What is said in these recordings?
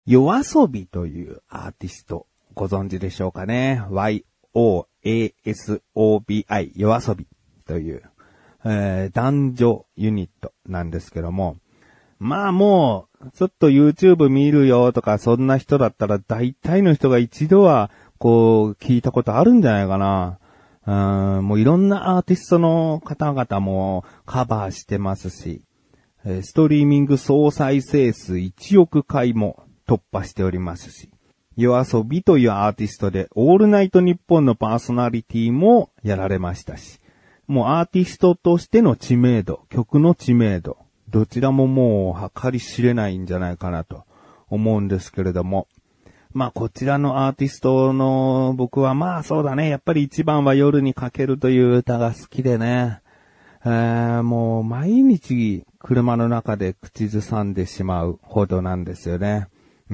YOASOBI というアーティスト、ご存知でしょうかね。YOASOBI、YOASOBI という、男女ユニットなんですけども、まあもう、ちょっと YouTube 見るよとか、そんな人だったら大体の人が一度は、聞いたことあるんじゃないかな。もういろんなアーティストの方々もカバーしてますし、ストリーミング総再生数1億回も突破しておりますし、YOASOBI というアーティストでオールナイトニッポンのパーソナリティもやられましたし、もうアーティストとしての知名度、曲の知名度、どちらももう計り知れないんじゃないかなと思うんですけれども、まあこちらのアーティストの僕はまあそうだね、やっぱり一番は夜にかけるという歌が好きでね、もう毎日車の中で口ずさんでしまうほどなんですよね。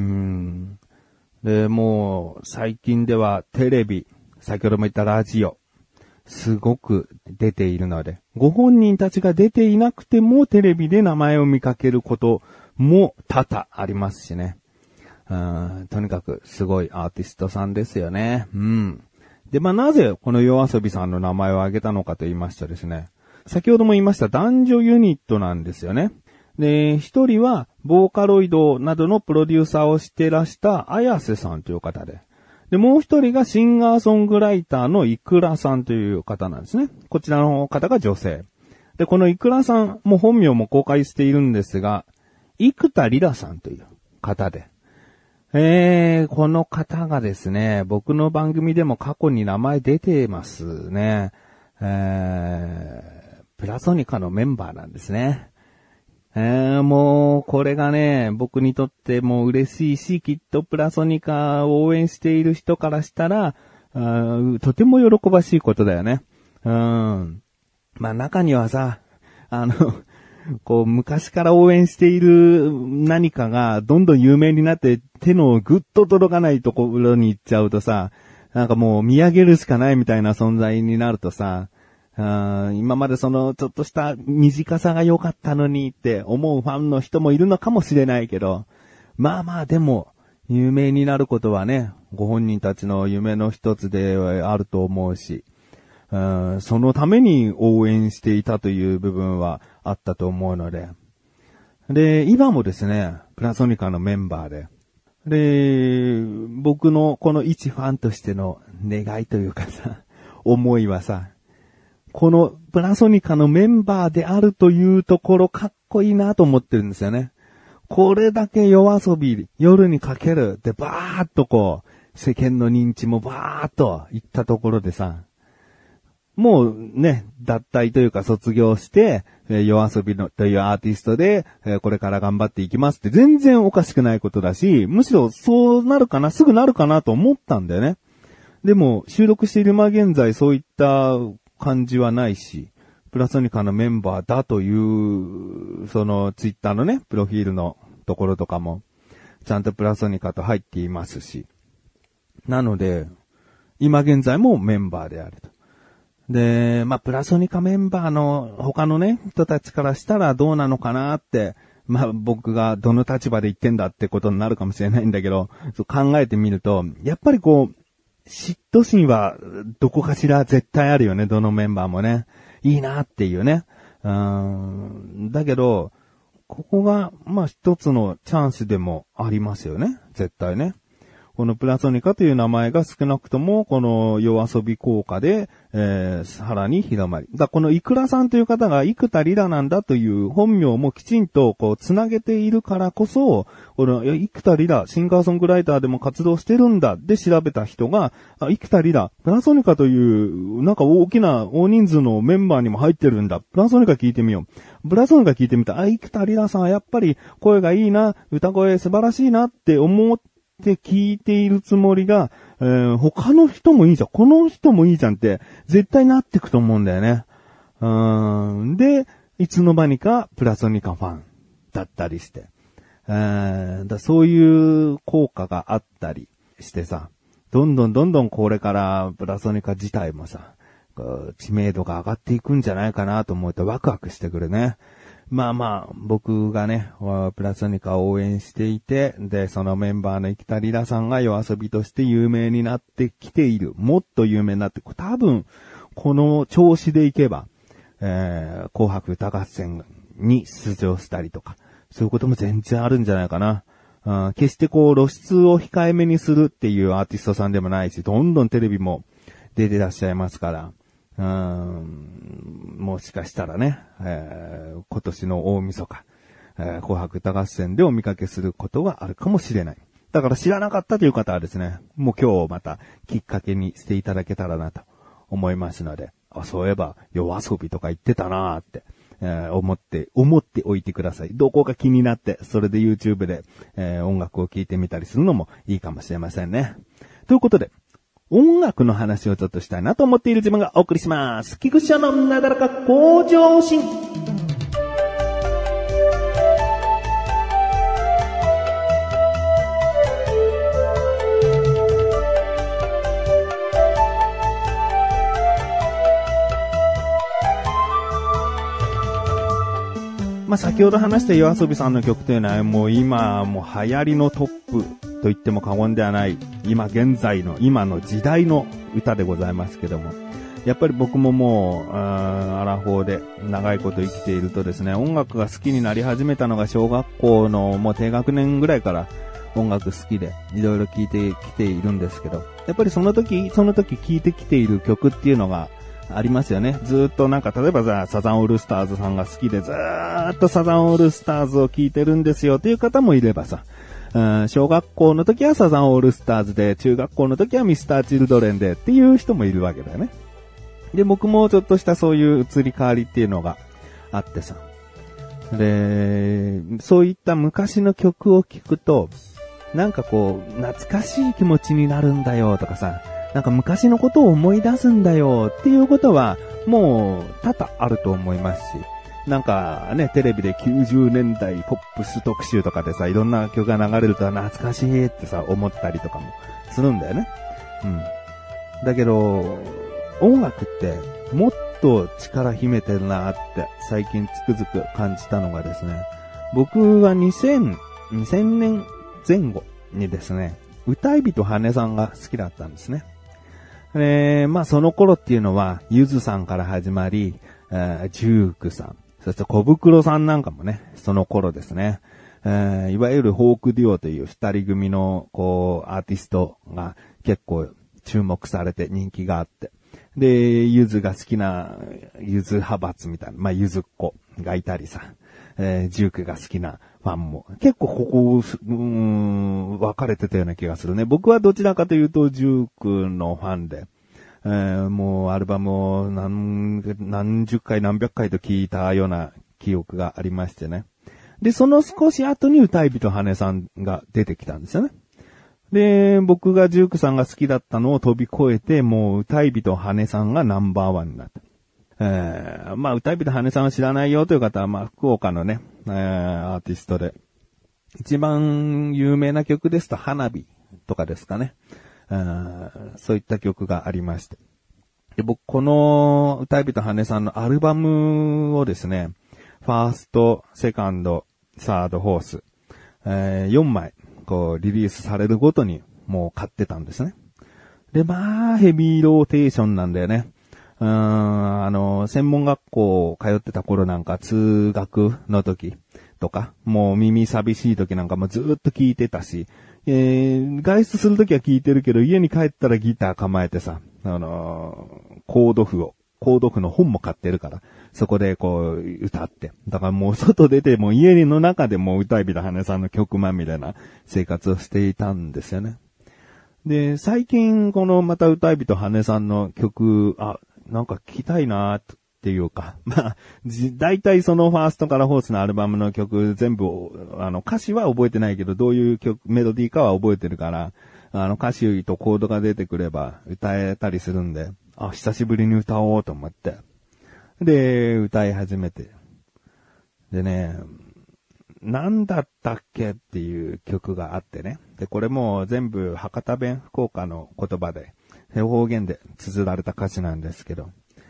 で、もう最近ではテレビ、先ほども言ったラジオ、すごく出ているので、ご本人たちが出ていなくてもテレビで名前を見かけることも多々ありますしね。とにかくすごいアーティストさんですよね。で、まあ、なぜこのYOASOBIさんの名前を挙げたのかと言いましたですね。先ほども言いました男女ユニットなんですよね。で、一人はボーカロイドなどのプロデューサーをしてらした綾瀬さんという方で。で、もう一人がシンガーソングライターのイクラさんという方なんですね。こちらの方が女性。で、このイクラさんも本名も公開しているんですが、生田リラさんという方で。この方がですね、僕の番組でも過去に名前出てますね。プラソニカのメンバーなんですね。もう、これがね、僕にとっても嬉しいし、きっとプラソニカを応援している人からしたら、とても喜ばしいことだよね。まあ中にはさ、昔から応援している何かがどんどん有名になって手のぐっと届かないところに行っちゃうとさ、なんかもう見上げるしかないみたいな存在になるとさ、今までそのちょっとした短さが良かったのにって思うファンの人もいるのかもしれないけど、まあまあでも有名になることはね、ご本人たちの夢の一つであると思うし、そのために応援していたという部分はあったと思うので。で、今もですね、プラソニカのメンバーで。で、僕のこの一ファンとしての願いというかさ、思いはさ、このプラソニカのメンバーであるというところかっこいいなと思ってるんですよね。これだけYOASOBI夜にかけるでバーっと世間の認知もバーっといったところでさ、もうね、脱退というか卒業して、YOASOBIのというアーティストで、これから頑張っていきますって全然おかしくないことだし、むしろそうなるかな、すぐなるかなと思ったんだよね。でも、収録している今現在そういった感じはないし、プラソニカのメンバーだという、そのツイッターのね、プロフィールのところとかも、ちゃんとプラソニカと入っていますし。なので、今現在もメンバーであると。で、まあ、プラソニカメンバーの他のね、人たちからしたらどうなのかなって、まあ、僕がどの立場で言ってんだってことになるかもしれないんだけど、そう考えてみると、やっぱり嫉妬心はどこかしら絶対あるよね、どのメンバーもね。いいなっていうね。だけど、ここが、まあ、一つのチャンスでもありますよね、絶対ね。このプラソニカという名前が少なくともこのYOASOBI効果で、さらに広まり。このイクラさんという方が生田リラなんだという本名もきちんとつなげているからこそ、この生田リラ、シンガーソングライターでも活動してるんだで調べた人が、生田リラ、プラソニカというなんか大人数のメンバーにも入ってるんだ。プラソニカ聞いてみよう。プラソニカ聞いてみた。生田リラさんやっぱり声がいいな、歌声素晴らしいなって思って聞いているつもりが、他の人もいいじゃん。この人もいいじゃんって絶対なってくと思うんだよね。で、いつの間にかプラソニカファンだったりして。そういう効果があったりしてさ、どんどんこれからプラソニカ自体もさ、知名度が上がっていくんじゃないかなと思うとワクワクしてくるね。 まあまあ、僕がね、プラスニカを応援していて、で、そのメンバーの生田リラさんが夜遊びとして有名になってきている。もっと有名になって、多分、この調子でいけば、紅白歌合戦に出場したりとか、そういうことも全然あるんじゃないかな。決してこう露出を控えめにするっていうアーティストさんでもないし、どんどんテレビも出てらっしゃいますから、もしかしたらね、今年の大晦日、紅白歌合戦でお見かけすることがあるかもしれない。だから知らなかったという方はですね、もう今日またきっかけにしていただけたらなと思いますので、そういえば夜遊びとか言ってたなーって。思っておいてください。どこか気になって、それで YouTube で、音楽を聴いてみたりするのもいいかもしれませんね。ということで、音楽の話をちょっとしたいなと思っている自分がお送りします。菊池のなだらか向上心。まあ、先ほど話した夜遊びさんの曲というのはもう今もう流行りのトップと言っても過言ではない今の時代の歌でございますけども、やっぱり僕ももうアラフォーで長いこと生きているとですね、音楽が好きになり始めたのが小学校のもう低学年ぐらいから音楽好きでいろいろ聴いてきているんですけど、やっぱりその時聴いてきている曲っていうのがありますよね。ずーっとなんか例えばサザンオールスターズさんが好きでずーっとサザンオールスターズを聴いてるんですよっていう方もいればさ、小学校の時はサザンオールスターズで、中学校の時はミスターチルドレンでっていう人もいるわけだよね。で、僕もちょっとしたそういう移り変わりっていうのがあってさ。で、そういった昔の曲を聴くと、なんかこう、懐かしい気持ちになるんだよとかさ、なんか昔のことを思い出すんだよっていうことはもう多々あると思いますし、なんかね、テレビで90年代ポップス特集とかでさ、いろんな曲が流れると懐かしいってさ、思ったりとかもするんだよね。だけど、音楽ってもっと力秘めてるなって最近つくづく感じたのがですね、僕は2000年前後にですね、歌い人羽さんが好きだったんですね。まあその頃っていうのは、ゆずさんから始まり、ジュークさん、そして小袋さんなんかもね、その頃ですね。いわゆるフォークデュオという二人組の、こう、アーティストが結構注目されて人気があって。で、ゆずが好きな、ゆず派閥みたいな、まあゆずっ子がいたりさ、ジュークが好きなファンも、結構ここ、分かれてたような気がするね。僕はどちらかというと、ジュークのファンで、もうアルバムを何十回何百回と聞いたような記憶がありましてね。で、その少し後に歌い人羽さんが出てきたんですよね。で、僕がジュークさんが好きだったのを飛び越えて、もう歌い人羽さんがナンバーワンになった。まあ、歌い人羽さんは知らないよという方は、まあ、福岡のね、アーティストで、一番有名な曲ですと、花火とかですかね。そういった曲がありまして。で、僕、この歌い人羽さんのアルバムをですね、ファースト、セカンド、サード、フォース、4枚、こう、リリースされるごとに、もう買ってたんですね。で、まあ、ヘビーローテーションなんだよね。専門学校通ってた頃なんか通学の時とか、もう耳寂しい時なんかもずーっと聞いてたし、外出する時は聞いてるけど、家に帰ったらギター構えてさ、コード譜の本も買ってるから、そこでこう歌って。だからもう外出ても家の中でも歌い人羽さんの曲まみれな生活をしていたんですよね。で、最近このまた歌い人羽さんの曲、なんか聞きたいなっていうか、まあ、大体そのファーストからフォースのアルバムの曲全部、歌詞は覚えてないけど、どういう曲、メロディーかは覚えてるから、歌詞とコードが出てくれば歌えたりするんで、久しぶりに歌おうと思って。で、歌い始めて。でね、なんだったっけっていう曲があってね。で、これも全部博多弁福岡の言葉で、方言で綴られた歌詞なんですけど、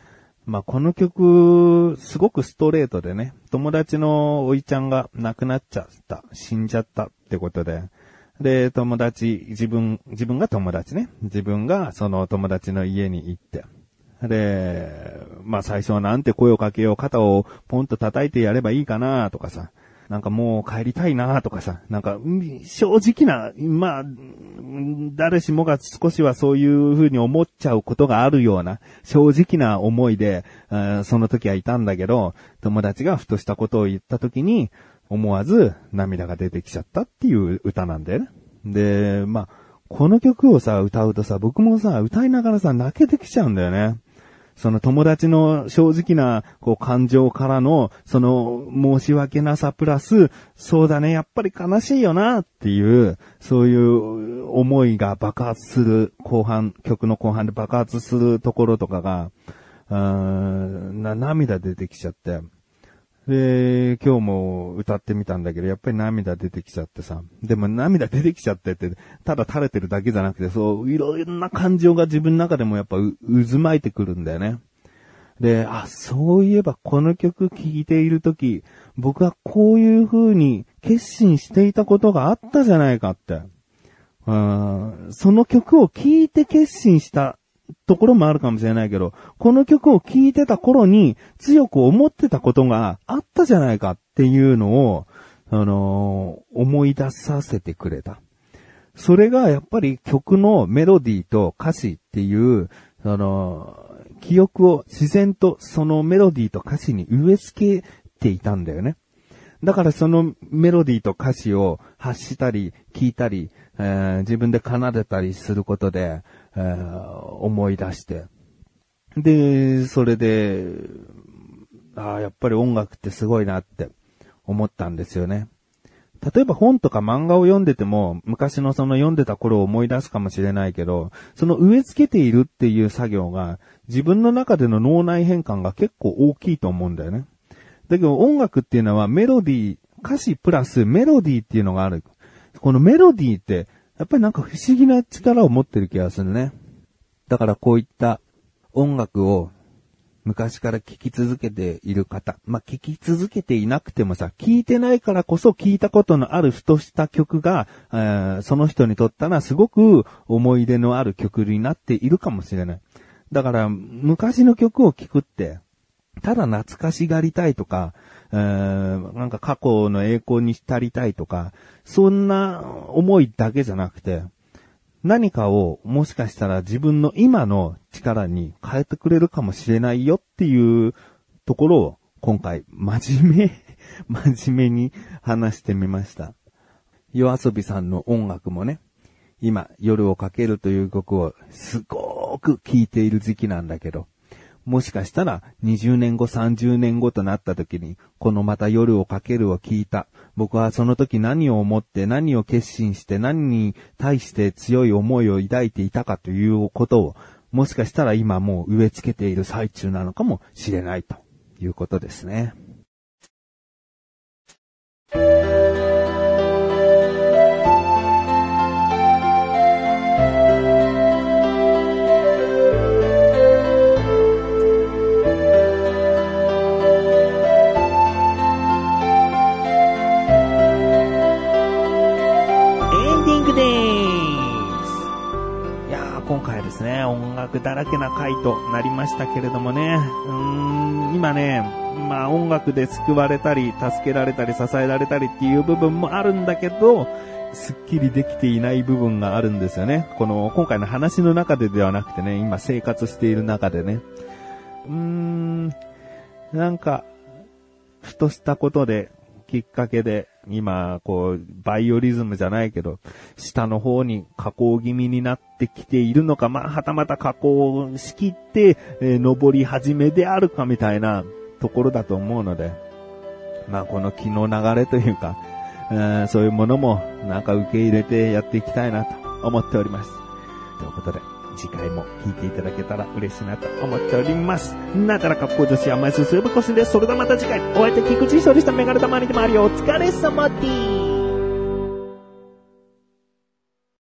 この曲、すごくストレートでね、友達のおいちゃんが亡くなっちゃった、死んじゃったってことで、で、自分が友達ね、自分がその友達の家に行って、で、最初はなんて声をかけよう、肩をポンと叩いてやればいいかなとかさ、なんかもう帰りたいなとかさ、なんか正直な、誰しもが少しはそういう風に思っちゃうことがあるような正直な思いで、その時はいたんだけど、友達がふとしたことを言った時に思わず涙が出てきちゃったっていう歌なんだよね。で、この曲をさ、歌うとさ、僕もさ、歌いながらさ、泣けてきちゃうんだよね。その友達の正直な感情からのその申し訳なさプラス、そうだね、やっぱり悲しいよなっていうそういう思いが爆発する曲の後半で爆発するところとかが涙出てきちゃって、で今日も歌ってみたんだけどやっぱり涙出てきちゃってさ、でも涙出てきちゃってってただ垂れてるだけじゃなくて、そういろんな感情が自分の中でもやっぱ渦巻いてくるんだよね。で、そういえばこの曲聴いているとき、僕はこういう風に決心していたことがあったじゃないかって。その曲を聴いて決心したところもあるかもしれないけど、この曲を聴いてた頃に強く思ってたことがあったじゃないかっていうのを、思い出させてくれた。それがやっぱり曲のメロディーと歌詞っていう、記憶を自然とそのメロディーと歌詞に植え付けていたんだよね。だからそのメロディーと歌詞を発したり聞いたり、自分で奏でたりすることで、思い出して。で、それで、やっぱり音楽ってすごいなって思ったんですよね。例えば本とか漫画を読んでても、昔のその読んでた頃を思い出すかもしれないけど、その植え付けているっていう作業が、自分の中での脳内変換が結構大きいと思うんだよね。だけど音楽っていうのはメロディー、歌詞プラスメロディーっていうのがある。このメロディーって、やっぱりなんか不思議な力を持ってる気がするね。だからこういった音楽を昔から聴き続けている方、聴き続けていなくてもさ、聴いてないからこそ聴いたことのあるふとした曲が、その人にとったらすごく思い出のある曲になっているかもしれない。だから昔の曲を聴くって、ただ懐かしがりたいとか、なんか過去の栄光に浸りたいとか、そんな思いだけじゃなくて、何かをもしかしたら自分の今の力に変えてくれるかもしれないよっていうところを今回真面目に話してみました。YOASOBIさんの音楽もね、今夜をかけるという曲をすごく聴いている時期なんだけど、もしかしたら20年後30年後となった時にこのまた夜をかけるを聞いた。僕はその時何を思って何を決心して何に対して強い思いを抱いていたかということをもしかしたら今もう植え付けている最中なのかもしれないということですね。音楽だらけな回となりましたけれどもね、今ね、音楽で救われたり助けられたり支えられたりっていう部分もあるんだけど、すっきりできていない部分があるんですよね。今回の話の中でではなくてね、今生活している中でね、なんかふとしたことできっかけで今バイオリズムじゃないけど下の方に下降気味になってきているのか、はたまた下降しきって、登り始めであるかみたいなところだと思うので、この気の流れというか、そういうものもなんか受け入れてやっていきたいなと思っております。ということで次回も聞いていただけたら嬉しいなと思っております。なだらかっこ女子甘いすすぶこしです。それではまた次回、お会いでき菊池処理したメガネたまにでもあるよ。お疲れ様です。